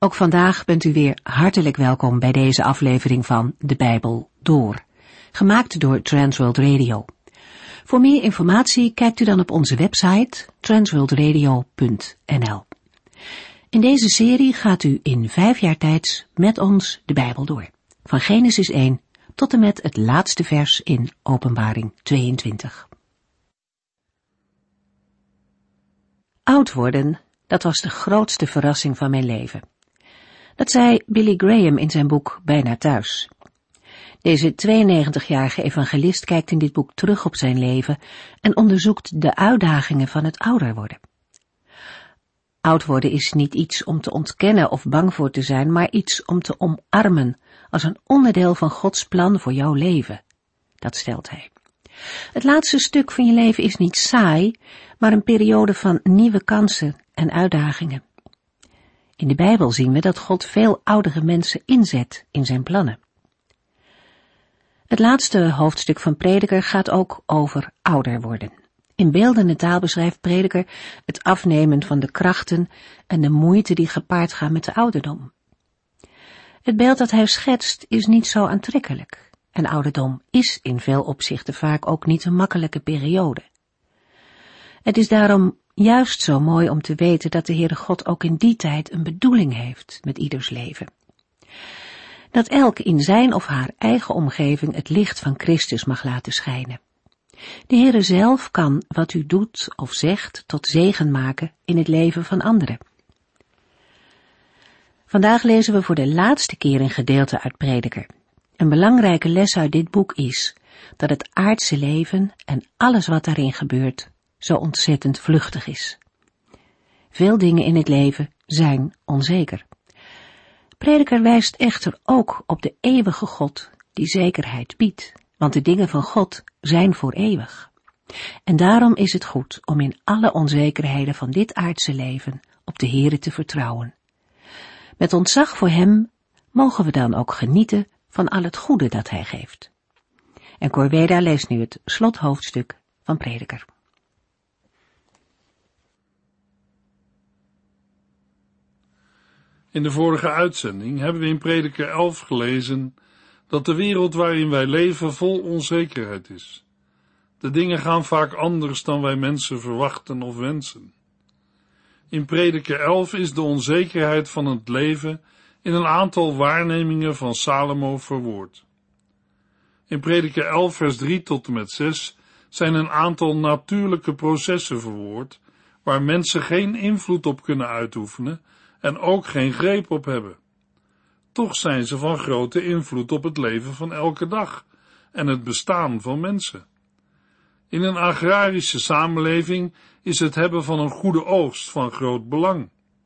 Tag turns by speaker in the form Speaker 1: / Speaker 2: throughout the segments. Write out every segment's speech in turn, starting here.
Speaker 1: Ook vandaag bent u weer hartelijk welkom bij deze aflevering van De Bijbel Door, gemaakt door Transworld Radio. Voor meer informatie kijkt u dan op onze website transworldradio.nl. In deze serie gaat u in 5 jaar tijd met ons de Bijbel door, van Genesis 1 tot en met het laatste vers in Openbaring 22. Oud worden, dat was de grootste verrassing van mijn leven. Dat zei Billy Graham in zijn boek Bijna Thuis. Deze 92-jarige evangelist kijkt in dit boek terug op zijn leven en onderzoekt de uitdagingen van het ouder worden. Oud worden is niet iets om te ontkennen of bang voor te zijn, maar iets om te omarmen als een onderdeel van Gods plan voor jouw leven. Dat stelt hij. Het laatste stuk van je leven is niet saai, maar een periode van nieuwe kansen en uitdagingen. In de Bijbel zien we dat God veel oudere mensen inzet in zijn plannen. Het laatste hoofdstuk van Prediker gaat ook over ouder worden. In beeldende taal beschrijft Prediker het afnemen van de krachten en de moeite die gepaard gaan met de ouderdom. Het beeld dat hij schetst is niet zo aantrekkelijk. En ouderdom is in veel opzichten vaak ook niet een makkelijke periode. Het is daarom juist zo mooi om te weten dat de Heere God ook in die tijd een bedoeling heeft met ieders leven. Dat elk in zijn of haar eigen omgeving het licht van Christus mag laten schijnen. De Heere zelf kan wat u doet of zegt tot zegen maken in het leven van anderen. Vandaag lezen we voor de laatste keer een gedeelte uit Prediker. Een belangrijke les uit dit boek is dat het aardse leven en alles wat daarin gebeurt zo ontzettend vluchtig is. Veel dingen in het leven zijn onzeker. Prediker wijst echter ook op de eeuwige God die zekerheid biedt, want de dingen van God zijn voor eeuwig. En daarom is het goed om in alle onzekerheden van dit aardse leven op de Heere te vertrouwen. Met ontzag voor hem mogen we dan ook genieten van al het goede dat hij geeft. En Corveda leest nu het slothoofdstuk van Prediker.
Speaker 2: In de vorige uitzending hebben we in Prediker 11 gelezen dat de wereld waarin wij leven vol onzekerheid is. De dingen gaan vaak anders dan wij mensen verwachten of wensen. In Prediker 11 is de onzekerheid van het leven in een aantal waarnemingen van Salomo verwoord. In Prediker 11 vers 3 tot en met 6 zijn een aantal natuurlijke processen verwoord, waar mensen geen invloed op kunnen uitoefenen en ook geen greep op hebben. Toch zijn ze van grote invloed op het leven van elke dag en het bestaan van mensen. In een agrarische samenleving is het hebben van een goede oogst van groot belang.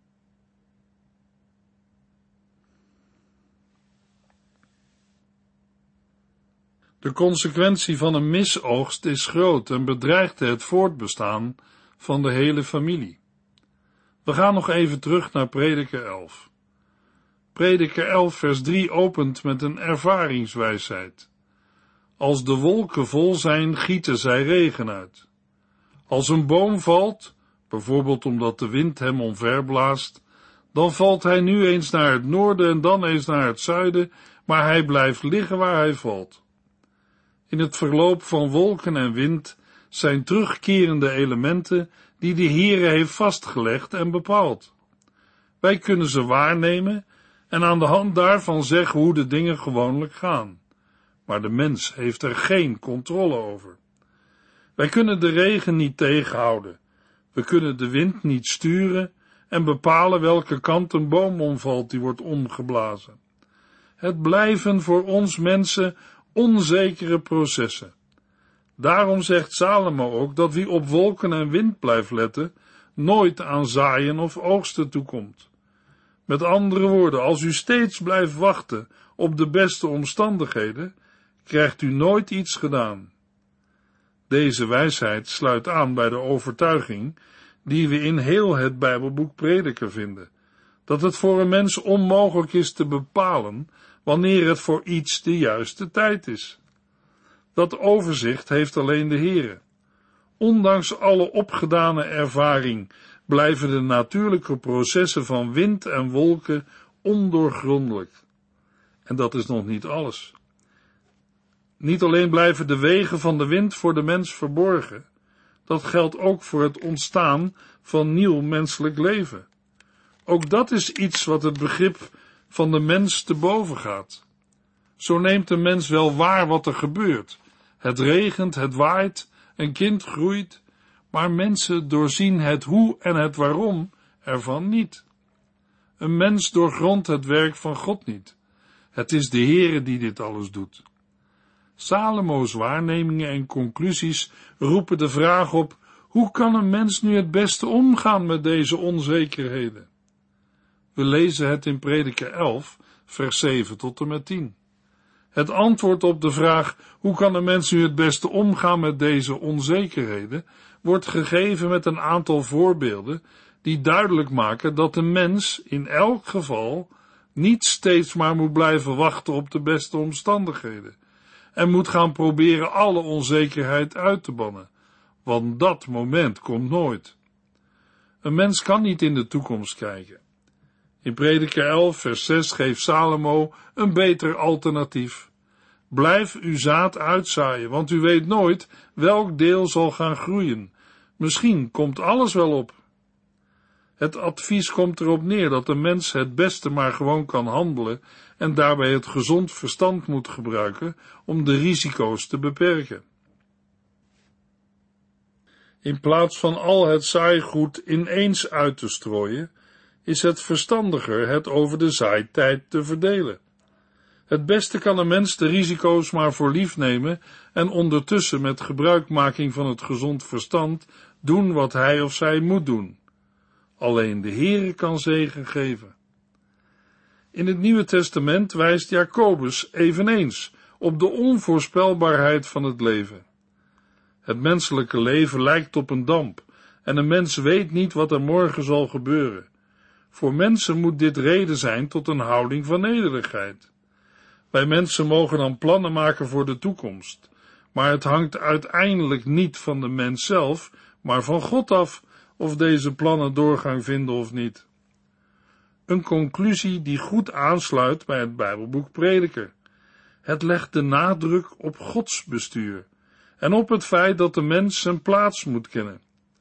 Speaker 2: De consequentie van een misoogst is groot en bedreigt het voortbestaan van de hele familie. We gaan nog even terug naar Prediker 11. Prediker 11 vers 3 opent met een ervaringswijsheid. Als de wolken vol zijn, gieten zij regen uit. Als een boom valt, bijvoorbeeld omdat de wind hem omverblaast, dan valt hij nu eens naar het noorden en dan eens naar het zuiden, maar hij blijft liggen waar hij valt. In het verloop van wolken en wind zijn terugkerende elementen die de Heere heeft vastgelegd en bepaald. Wij kunnen ze waarnemen en aan de hand daarvan zeggen hoe de dingen gewoonlijk gaan. Maar de mens heeft er geen controle over. Wij kunnen de regen niet tegenhouden. We kunnen de wind niet sturen en bepalen welke kant een boom omvalt die wordt omgeblazen. Het blijven voor ons mensen onzekere processen. Daarom zegt Salomo ook dat wie op wolken en wind blijft letten, nooit aan zaaien of oogsten toekomt. Met andere woorden, als u steeds blijft wachten op de beste omstandigheden, krijgt u nooit iets gedaan. Deze wijsheid sluit aan bij de overtuiging die we in heel het Bijbelboek Prediker vinden, dat het voor een mens onmogelijk is te bepalen wanneer het voor iets de juiste tijd is. Dat overzicht heeft alleen de Heere. Ondanks alle opgedane ervaring blijven de natuurlijke processen van wind en wolken ondoorgrondelijk. En dat is nog niet alles. Niet alleen blijven de wegen van de wind voor de mens verborgen, dat geldt ook voor het ontstaan van nieuw menselijk leven. Ook dat is iets wat het begrip van de mens te boven gaat. Zo neemt de mens wel waar wat er gebeurt. Het regent, het waait, een kind groeit, maar mensen doorzien het hoe en het waarom ervan niet. Een mens doorgrondt het werk van God niet. Het is de Heere die dit alles doet. Salomo's waarnemingen en conclusies roepen de vraag op: hoe kan een mens nu het beste omgaan met deze onzekerheden? We lezen het in Prediker 11, vers 7 tot en met 10. Het antwoord op de vraag: hoe kan een mens nu het beste omgaan met deze onzekerheden, wordt gegeven met een aantal voorbeelden die duidelijk maken dat de mens in elk geval niet steeds maar moet blijven wachten op de beste omstandigheden en moet gaan proberen alle onzekerheid uit te bannen, want dat moment komt nooit. Een mens kan niet in de toekomst kijken. In Prediker 11, vers 6 geeft Salomo een beter alternatief. Blijf uw zaad uitzaaien, want u weet nooit welk deel zal gaan groeien. Misschien komt alles wel op. Het advies komt erop neer dat de mens het beste maar gewoon kan handelen en daarbij het gezond verstand moet gebruiken om de risico's te beperken. In plaats van al het zaaigoed ineens uit te strooien, is het verstandiger het over de zaaitijd te verdelen. Het beste kan een mens de risico's maar voor lief nemen en ondertussen met gebruikmaking van het gezond verstand doen wat hij of zij moet doen. Alleen de Heere kan zegen geven. In het Nieuwe Testament wijst Jacobus eveneens op de onvoorspelbaarheid van het leven. Het menselijke leven lijkt op een damp en een mens weet niet wat er morgen zal gebeuren. Voor mensen moet dit reden zijn tot een houding van nederigheid. Wij mensen mogen dan plannen maken voor de toekomst, maar het hangt uiteindelijk niet van de mens zelf, maar van God af of deze plannen doorgang vinden of niet. Een conclusie die goed aansluit bij het Bijbelboek Prediker. Het legt de nadruk op Gods bestuur en op het feit dat de mens zijn plaats moet kennen.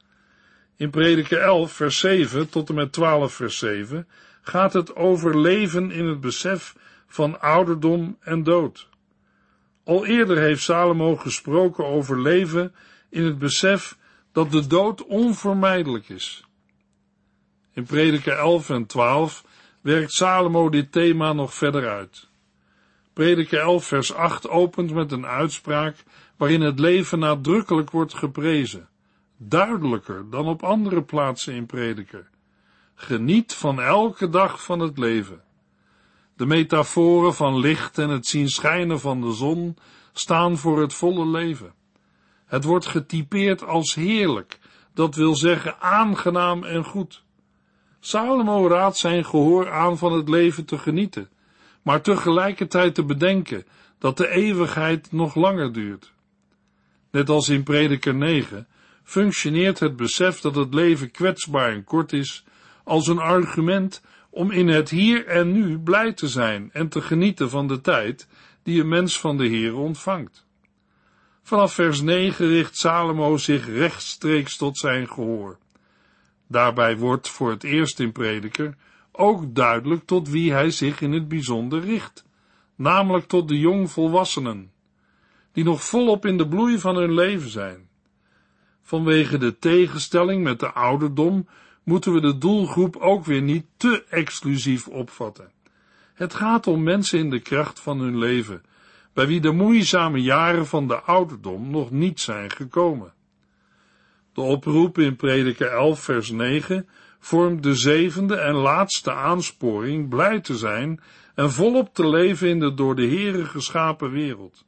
Speaker 2: In Prediker 11, vers 7 tot en met 12, vers 7 gaat het over leven in het besef van ouderdom en dood. Al eerder heeft Salomo gesproken over leven in het besef dat de dood onvermijdelijk is. In Prediker 11 en 12 werkt Salomo dit thema nog verder uit. Prediker 11 vers 8 opent met een uitspraak waarin het leven nadrukkelijk wordt geprezen, duidelijker dan op andere plaatsen in Prediker. Geniet van elke dag van het leven. De metaforen van licht en het zien schijnen van de zon staan voor het volle leven. Het wordt getypeerd als heerlijk, dat wil zeggen aangenaam en goed. Salomo raadt zijn gehoor aan van het leven te genieten, maar tegelijkertijd te bedenken dat de eeuwigheid nog langer duurt. Net als in Prediker 9 functioneert het besef dat het leven kwetsbaar en kort is als een argument om in het hier en nu blij te zijn en te genieten van de tijd die een mens van de Heere ontvangt. Vanaf vers 9 richt Salomo zich rechtstreeks tot zijn gehoor. Daarbij wordt voor het eerst in Prediker ook duidelijk tot wie hij zich in het bijzonder richt, namelijk tot de jongvolwassenen, die nog volop in de bloei van hun leven zijn. Vanwege de tegenstelling met de ouderdom moeten we de doelgroep ook weer niet te exclusief opvatten. Het gaat om mensen in de kracht van hun leven, bij wie de moeizame jaren van de ouderdom nog niet zijn gekomen. De oproep in Prediker 11 vers 9 vormt de zevende en laatste aansporing blij te zijn en volop te leven in de door de Heere geschapen wereld.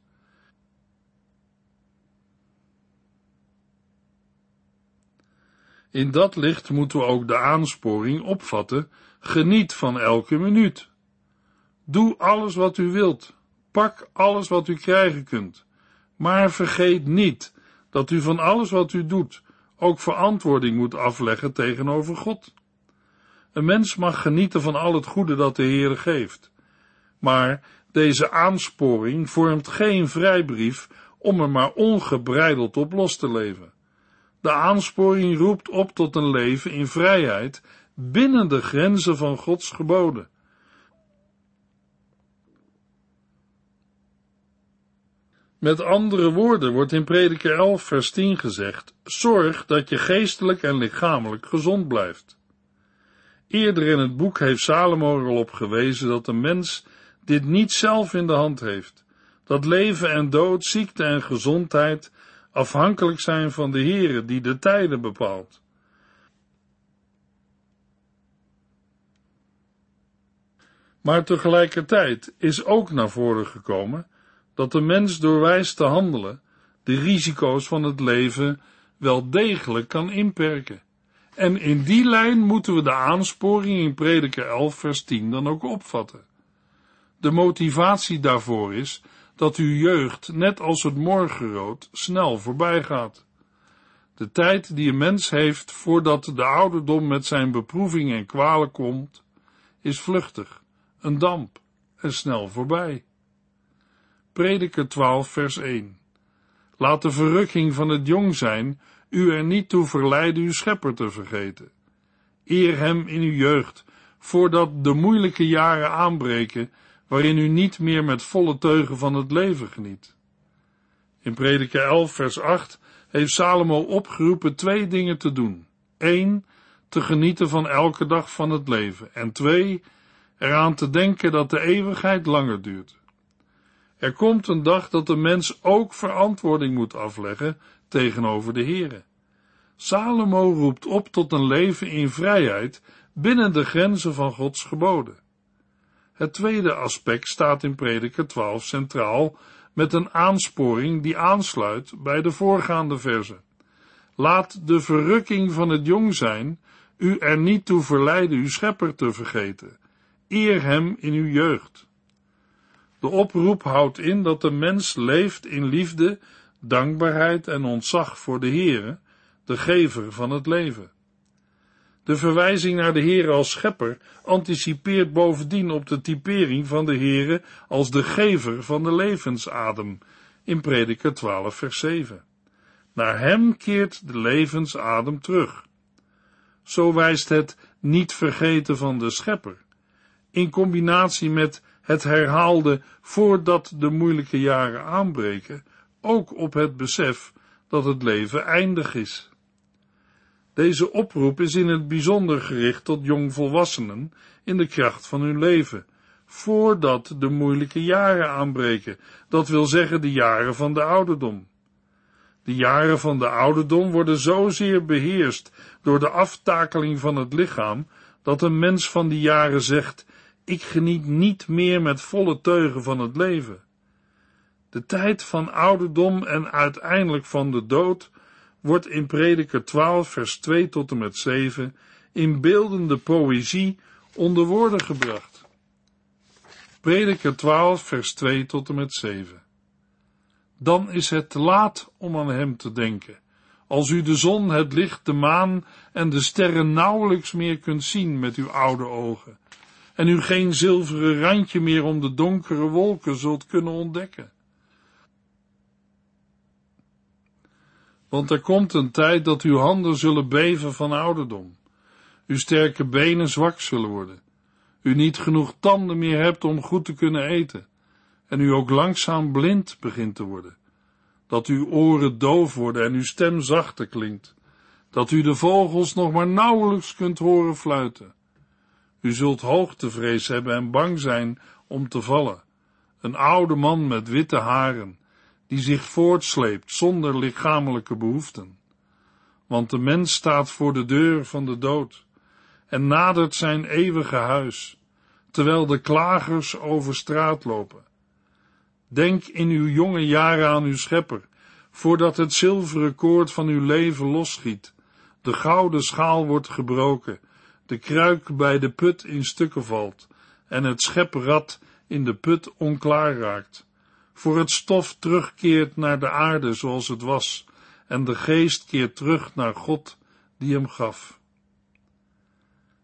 Speaker 2: In dat licht moeten we ook de aansporing opvatten: geniet van elke minuut. Doe alles wat u wilt, pak alles wat u krijgen kunt, maar vergeet niet dat u van alles wat u doet ook verantwoording moet afleggen tegenover God. Een mens mag genieten van al het goede dat de Heere geeft. Maar deze aansporing vormt geen vrijbrief om er maar ongebreideld op los te leven. De aansporing roept op tot een leven in vrijheid binnen de grenzen van Gods geboden. Met andere woorden wordt in Prediker 11 vers 10 gezegd: zorg dat je geestelijk en lichamelijk gezond blijft. Eerder in het boek heeft Salomo er al op gewezen dat een mens dit niet zelf in de hand heeft, dat leven en dood, ziekte en gezondheid afhankelijk zijn van de Heere die de tijden bepaalt. Maar tegelijkertijd is ook naar voren gekomen dat de mens door wijs te handelen de risico's van het leven wel degelijk kan inperken. En in die lijn moeten we de aansporing in Prediker 11 vers 10 dan ook opvatten. De motivatie daarvoor is dat uw jeugd, net als het morgenrood, snel voorbij gaat. De tijd die een mens heeft voordat de ouderdom met zijn beproeving en kwalen komt, is vluchtig, een damp en snel voorbij. Prediker 12 vers 1. Laat de verrukking van het jong zijn u er niet toe verleiden uw schepper te vergeten. Eer hem in uw jeugd, voordat de moeilijke jaren aanbreken, waarin u niet meer met volle teugen van het leven geniet. In Prediker 11 vers 8 heeft Salomo opgeroepen 2 dingen te doen. 1. Te genieten van elke dag van het leven. En 2. Eraan te denken dat de eeuwigheid langer duurt. Er komt een dag dat de mens ook verantwoording moet afleggen tegenover de Heere. Salomo roept op tot een leven in vrijheid binnen de grenzen van Gods geboden. Het tweede aspect staat in Prediker 12 centraal met een aansporing die aansluit bij de voorgaande verzen. Laat de verrukking van het jong zijn u er niet toe verleiden uw schepper te vergeten. Eer hem in uw jeugd. De oproep houdt in dat de mens leeft in liefde, dankbaarheid en ontzag voor de Heere, de gever van het leven. De verwijzing naar de Heere als schepper anticipeert bovendien op de typering van de Heere als de gever van de levensadem, in Prediker 12 vers 7. Naar hem keert de levensadem terug. Zo wijst het niet vergeten van de schepper, in combinatie met het herhaalde voordat de moeilijke jaren aanbreken, ook op het besef dat het leven eindig is. Deze oproep is in het bijzonder gericht tot jongvolwassenen in de kracht van hun leven, voordat de moeilijke jaren aanbreken, dat wil zeggen de jaren van de ouderdom. De jaren van de ouderdom worden zozeer beheerst door de aftakeling van het lichaam, dat een mens van die jaren zegt: ik geniet niet meer met volle teugen van het leven. De tijd van ouderdom en uiteindelijk van de dood wordt in Prediker 12 vers 2 tot en met 7 in beeldende poëzie onder woorden gebracht. Prediker 12 vers 2 tot en met 7. Dan is het te laat om aan hem te denken, als u de zon, het licht, de maan en de sterren nauwelijks meer kunt zien met uw oude ogen, en u geen zilveren randje meer om de donkere wolken zult kunnen ontdekken. Want er komt een tijd dat uw handen zullen beven van ouderdom, uw sterke benen zwak zullen worden, u niet genoeg tanden meer hebt om goed te kunnen eten, en u ook langzaam blind begint te worden, dat uw oren doof worden en uw stem zachter klinkt, dat u de vogels nog maar nauwelijks kunt horen fluiten. U zult hoogtevrees hebben en bang zijn om te vallen, een oude man met witte haren, die zich voortsleept zonder lichamelijke behoeften. Want de mens staat voor de deur van de dood en nadert zijn eeuwige huis, terwijl de klagers over straat lopen. Denk in uw jonge jaren aan uw schepper, voordat het zilveren koord van uw leven losschiet, de gouden schaal wordt gebroken, de kruik bij de put in stukken valt en het scheprad in de put onklaar raakt, voor het stof terugkeert naar de aarde zoals het was en de geest keert terug naar God die hem gaf.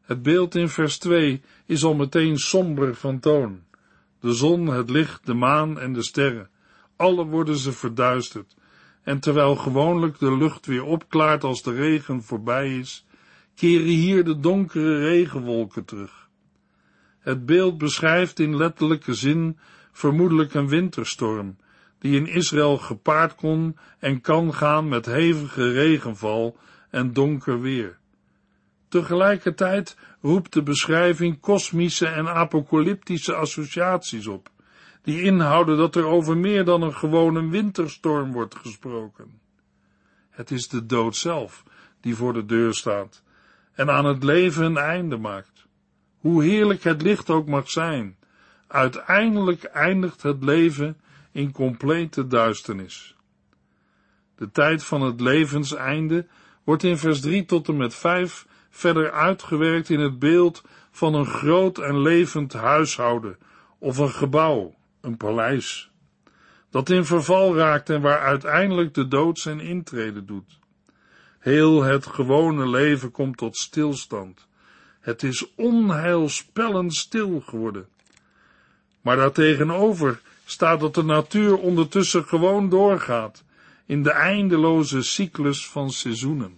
Speaker 2: Het beeld in vers 2 is al meteen somber van toon. De zon, het licht, de maan en de sterren, alle worden ze verduisterd. En terwijl gewoonlijk de lucht weer opklaart als de regen voorbij is, keren hier de donkere regenwolken terug. Het beeld beschrijft in letterlijke zin vermoedelijk een winterstorm, die in Israël gepaard kon en kan gaan met hevige regenval en donker weer. Tegelijkertijd roept de beschrijving kosmische en apocalyptische associaties op, die inhouden dat er over meer dan een gewone winterstorm wordt gesproken. Het is de dood zelf die voor de deur staat en aan het leven een einde maakt. Hoe heerlijk het licht ook mag zijn, uiteindelijk eindigt het leven in complete duisternis. De tijd van het levenseinde wordt in vers 3 tot en met 5 verder uitgewerkt in het beeld van een groot en levend huishouden of een gebouw, een paleis, dat in verval raakt en waar uiteindelijk de dood zijn intrede doet. Heel het gewone leven komt tot stilstand. Het is onheilspellend stil geworden. Maar daartegenover staat dat de natuur ondertussen gewoon doorgaat in de eindeloze cyclus van seizoenen.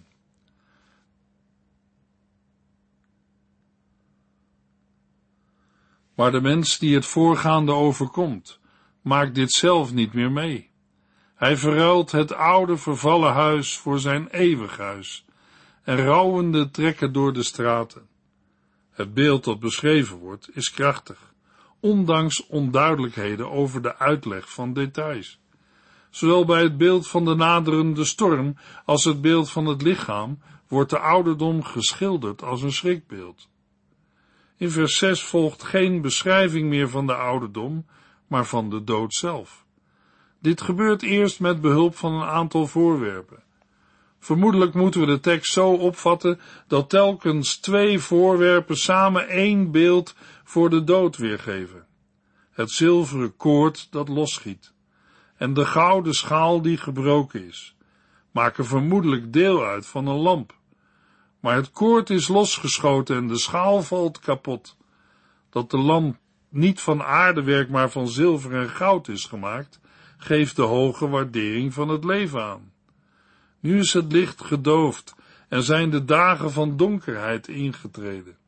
Speaker 2: Maar de mens die het voorgaande overkomt, maakt dit zelf niet meer mee. Hij verruilt het oude vervallen huis voor zijn eeuwig huis, en rouwende trekken door de straten. Het beeld dat beschreven wordt is krachtig, ondanks onduidelijkheden over de uitleg van details. Zowel bij het beeld van de naderende storm als het beeld van het lichaam wordt de ouderdom geschilderd als een schrikbeeld. In vers 6 volgt geen beschrijving meer van de ouderdom, maar van de dood zelf. Dit gebeurt eerst met behulp van een aantal voorwerpen. Vermoedelijk moeten we de tekst zo opvatten dat telkens 2 voorwerpen samen 1 beeld voor de dood weergeven. Het zilveren koord dat losschiet en de gouden schaal die gebroken is, maken vermoedelijk deel uit van een lamp. Maar het koord is losgeschoten en de schaal valt kapot. Dat de lamp niet van aardewerk maar van zilver en goud is gemaakt, geeft de hoge waardering van het leven aan. Nu is het licht gedoofd en zijn de dagen van donkerheid ingetreden.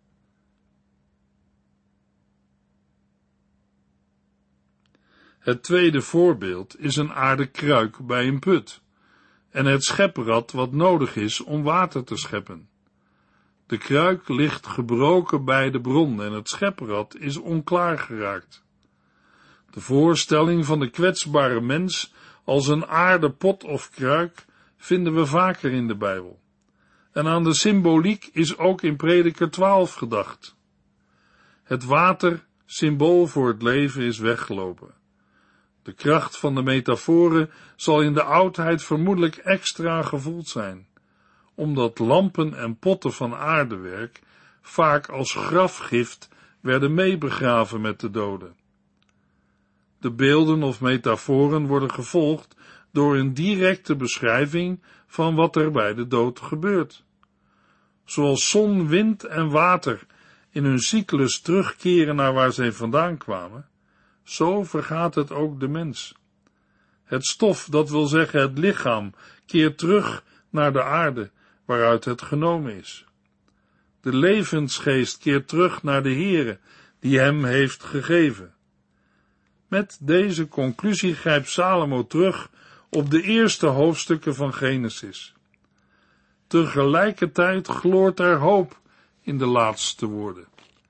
Speaker 2: Het tweede voorbeeld is een aarden kruik bij een put en het scheprad wat nodig is om water te scheppen. De kruik ligt gebroken bij de bron en het scheprad is onklaar geraakt. De voorstelling van de kwetsbare mens als een aarden pot of kruik vinden we vaker in de Bijbel. En aan de symboliek is ook in Prediker 12 gedacht. Het water, symbool voor het leven, is weggelopen. De kracht van de metaforen zal in de oudheid vermoedelijk extra gevoeld zijn, omdat lampen en potten van aardewerk vaak als grafgift werden meebegraven met de doden. De beelden of metaforen worden gevolgd door een directe beschrijving van wat er bij de dood gebeurt. Zoals zon, wind en water in hun cyclus terugkeren naar waar zij vandaan kwamen, zo vergaat het ook de mens. Het stof, dat wil zeggen het lichaam, keert terug naar de aarde waaruit het genomen is. De levensgeest keert terug naar de Heere die hem heeft gegeven. Met deze conclusie grijpt Salomo terug op de eerste hoofdstukken van Genesis. Tegelijkertijd gloort er hoop in de laatste woorden.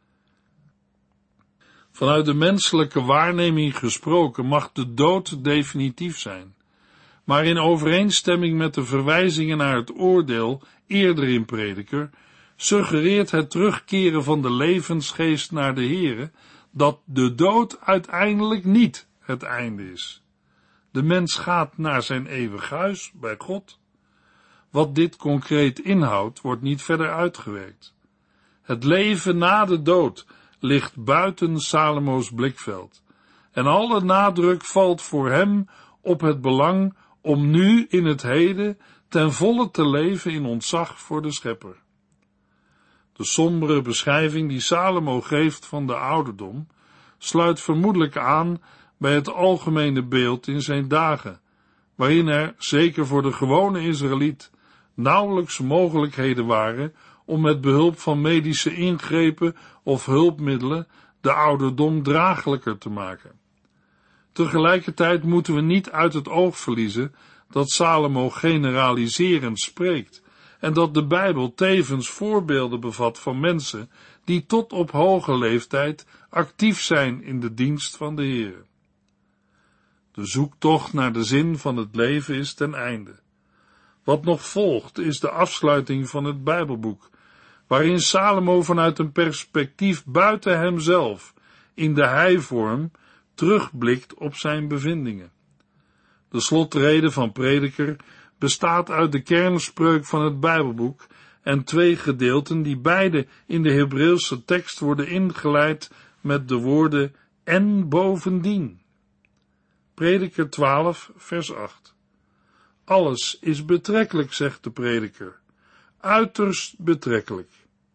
Speaker 2: Vanuit de menselijke waarneming gesproken mag de dood definitief zijn, maar in overeenstemming met de verwijzingen naar het oordeel eerder in Prediker, suggereert het terugkeren van de levensgeest naar de Heere dat de dood uiteindelijk niet het einde is. De mens gaat naar zijn eeuwig huis bij God. Wat dit concreet inhoudt, wordt niet verder uitgewerkt. Het leven na de dood ligt buiten Salomo's blikveld, en alle nadruk valt voor hem op het belang om nu in het heden ten volle te leven in ontzag voor de Schepper. De sombere beschrijving die Salomo geeft van de ouderdom sluit vermoedelijk aan bij het algemene beeld in zijn dagen, waarin er, zeker voor de gewone Israëliet, nauwelijks mogelijkheden waren om met behulp van medische ingrepen of hulpmiddelen de ouderdom draaglijker te maken. Tegelijkertijd moeten we niet uit het oog verliezen dat Salomo generaliserend spreekt en dat de Bijbel tevens voorbeelden bevat van mensen die tot op hoge leeftijd actief zijn in de dienst van de Heer. De zoektocht naar de zin van het leven is ten einde. Wat nog volgt is de afsluiting van het Bijbelboek, waarin Salomo vanuit een perspectief buiten hemzelf, in de hij-vorm, terugblikt op zijn bevindingen. De slotrede van Prediker bestaat uit de kernspreuk van het Bijbelboek en twee gedeelten die beide in de Hebreeuwse tekst worden ingeleid met de woorden en bovendien. Prediker 12, vers 8. Alles is betrekkelijk, zegt de prediker. Uiterst betrekkelijk.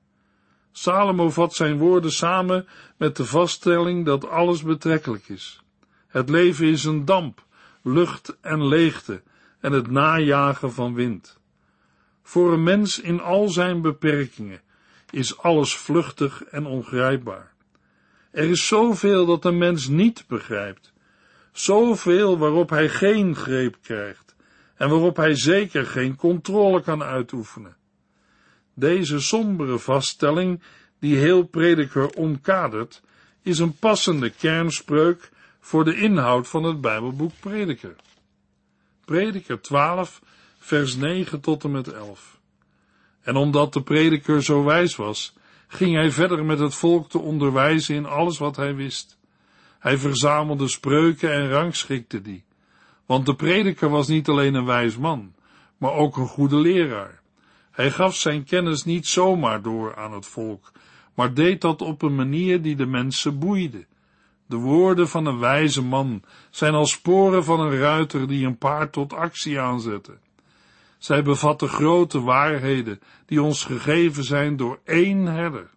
Speaker 2: Salomo vat zijn woorden samen met de vaststelling dat alles betrekkelijk is. Het leven is een damp, lucht en leegte en het najagen van wind. Voor een mens in al zijn beperkingen is alles vluchtig en ongrijpbaar. Er is zoveel dat een mens niet begrijpt, zoveel waarop hij geen greep krijgt en waarop hij zeker geen controle kan uitoefenen. Deze sombere vaststelling, die heel Prediker omkadert, is een passende kernspreuk voor de inhoud van het Bijbelboek Prediker. Prediker 12, vers 9 tot en met 11. En omdat de prediker zo wijs was, ging hij verder met het volk te onderwijzen in alles wat hij wist. Hij verzamelde spreuken en rangschikte die, want de prediker was niet alleen een wijs man, maar ook een goede leraar. Hij gaf zijn kennis niet zomaar door aan het volk, maar deed dat op een manier die de mensen boeide. De woorden van een wijze man zijn als sporen van een ruiter die een paard tot actie aanzette. Zij bevatten grote waarheden die ons gegeven zijn door één herder.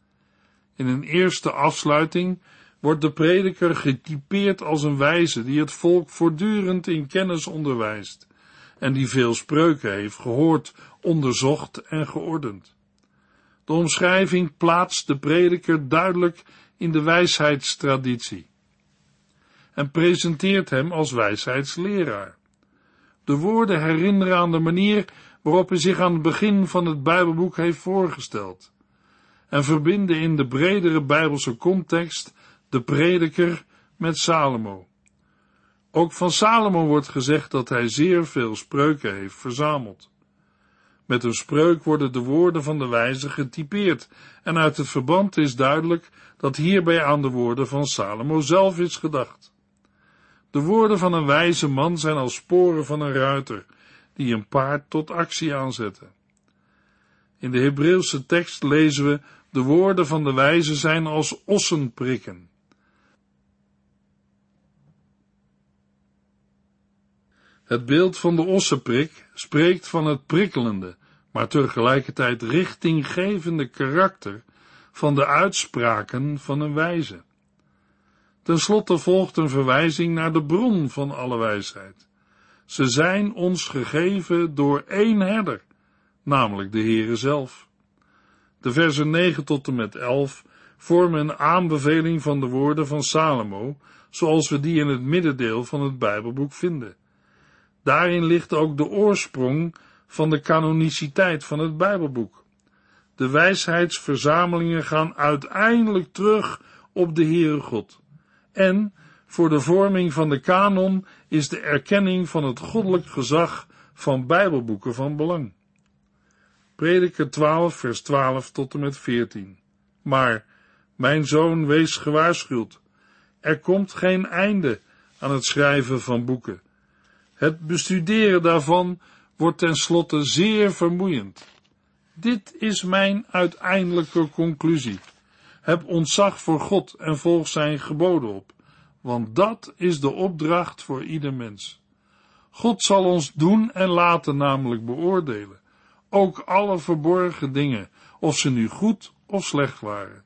Speaker 2: In een eerste afsluiting wordt de prediker getypeerd als een wijze die het volk voortdurend in kennis onderwijst en die veel spreuken heeft gehoord, onderzocht en geordend. De omschrijving plaatst de prediker duidelijk in de wijsheidstraditie en presenteert hem als wijsheidsleraar. De woorden herinneren aan de manier waarop hij zich aan het begin van het Bijbelboek heeft voorgesteld en verbinden in de bredere Bijbelse context de prediker met Salomo. Ook van Salomo wordt gezegd dat hij zeer veel spreuken heeft verzameld. Met een spreuk worden de woorden van de wijze getypeerd en uit het verband is duidelijk dat hierbij aan de woorden van Salomo zelf is gedacht. De woorden van een wijze man zijn als sporen van een ruiter die een paard tot actie aanzette. In de Hebreeuwse tekst lezen we: de woorden van de wijze zijn als ossen prikken. Het beeld van de ossenprik spreekt van het prikkelende, maar tegelijkertijd richtinggevende karakter van de uitspraken van een wijze. Ten slotte volgt een verwijzing naar de bron van alle wijsheid. Ze zijn ons gegeven door één herder, namelijk de Heere zelf. De versen 9 tot en met 11 vormen een aanbeveling van de woorden van Salomo, zoals we die in het middendeel van het Bijbelboek vinden. Daarin ligt ook de oorsprong van de canoniciteit van het Bijbelboek. De wijsheidsverzamelingen gaan uiteindelijk terug op de Heere God. En voor de vorming van de kanon is de erkenning van het goddelijk gezag van Bijbelboeken van belang. Prediker 12, vers 12 tot en met 14. Maar, mijn zoon, wees gewaarschuwd. Er komt geen einde aan het schrijven van boeken. Het bestuderen daarvan wordt tenslotte zeer vermoeiend. Dit is mijn uiteindelijke conclusie. Heb ontzag voor God en volg zijn geboden op, want dat is de opdracht voor ieder mens. God zal ons doen en laten namelijk beoordelen, ook alle verborgen dingen, of ze nu goed of slecht waren.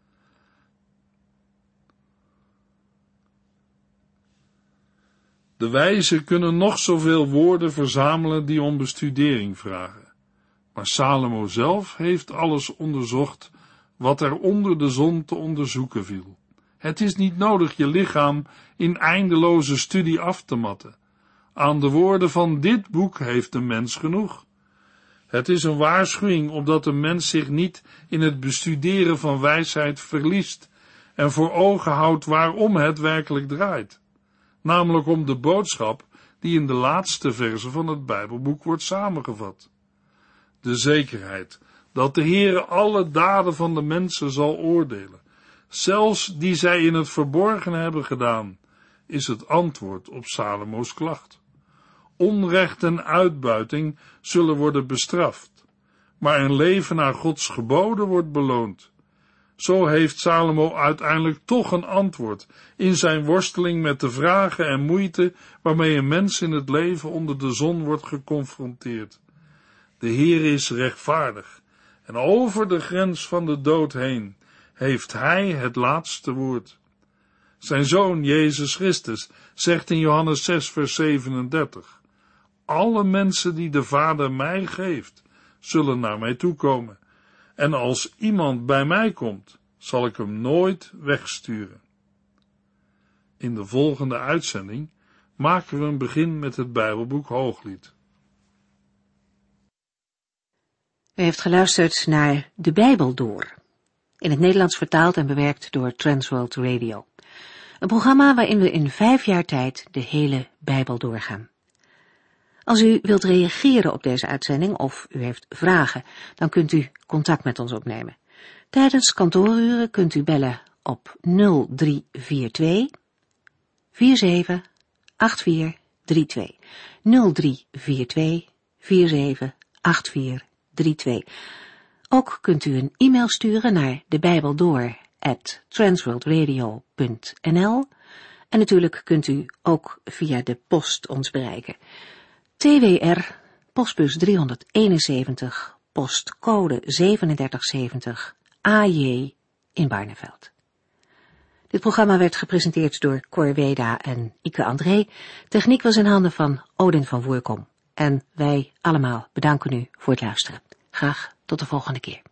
Speaker 2: De wijzen kunnen nog zoveel woorden verzamelen die om bestudering vragen. Maar Salomo zelf heeft alles onderzocht wat er onder de zon te onderzoeken viel. Het is niet nodig je lichaam in eindeloze studie af te matten. Aan de woorden van dit boek heeft de mens genoeg. Het is een waarschuwing opdat de mens zich niet in het bestuderen van wijsheid verliest en voor ogen houdt waarom het werkelijk draait. Namelijk om de boodschap die in de laatste verse van het Bijbelboek wordt samengevat. De zekerheid dat de Heere alle daden van de mensen zal oordelen, zelfs die zij in het verborgen hebben gedaan, is het antwoord op Salomo's klacht. Onrecht en uitbuiting zullen worden bestraft, maar een leven naar Gods geboden wordt beloond. Zo heeft Salomo uiteindelijk toch een antwoord in zijn worsteling met de vragen en moeite waarmee een mens in het leven onder de zon wordt geconfronteerd. De Heer is rechtvaardig en over de grens van de dood heen heeft Hij het laatste woord. Zijn Zoon Jezus Christus zegt in Johannes 6 vers 37: alle mensen die de Vader mij geeft, zullen naar mij toekomen. En als iemand bij mij komt, zal ik hem nooit wegsturen. In de volgende uitzending maken we een begin met het Bijbelboek Hooglied.
Speaker 1: U heeft geluisterd naar De Bijbel Door, in het Nederlands vertaald en bewerkt door Transworld Radio. Een programma waarin we in 5 jaar tijd de hele Bijbel doorgaan. Als u wilt reageren op deze uitzending of u heeft vragen, dan kunt u contact met ons opnemen. Tijdens kantooruren kunt u bellen op 0342 478432. 0342 478432. Ook kunt u een e-mail sturen naar debijbeldoor@transworldradio.nl en natuurlijk kunt u ook via de post ons bereiken. TWR, postbus 371, postcode 3770, AJ in Barneveld. Dit programma werd gepresenteerd door Cor Weda en Ike André. Techniek was in handen van Odin van Voerkom. En wij allemaal bedanken u voor het luisteren. Graag tot de volgende keer.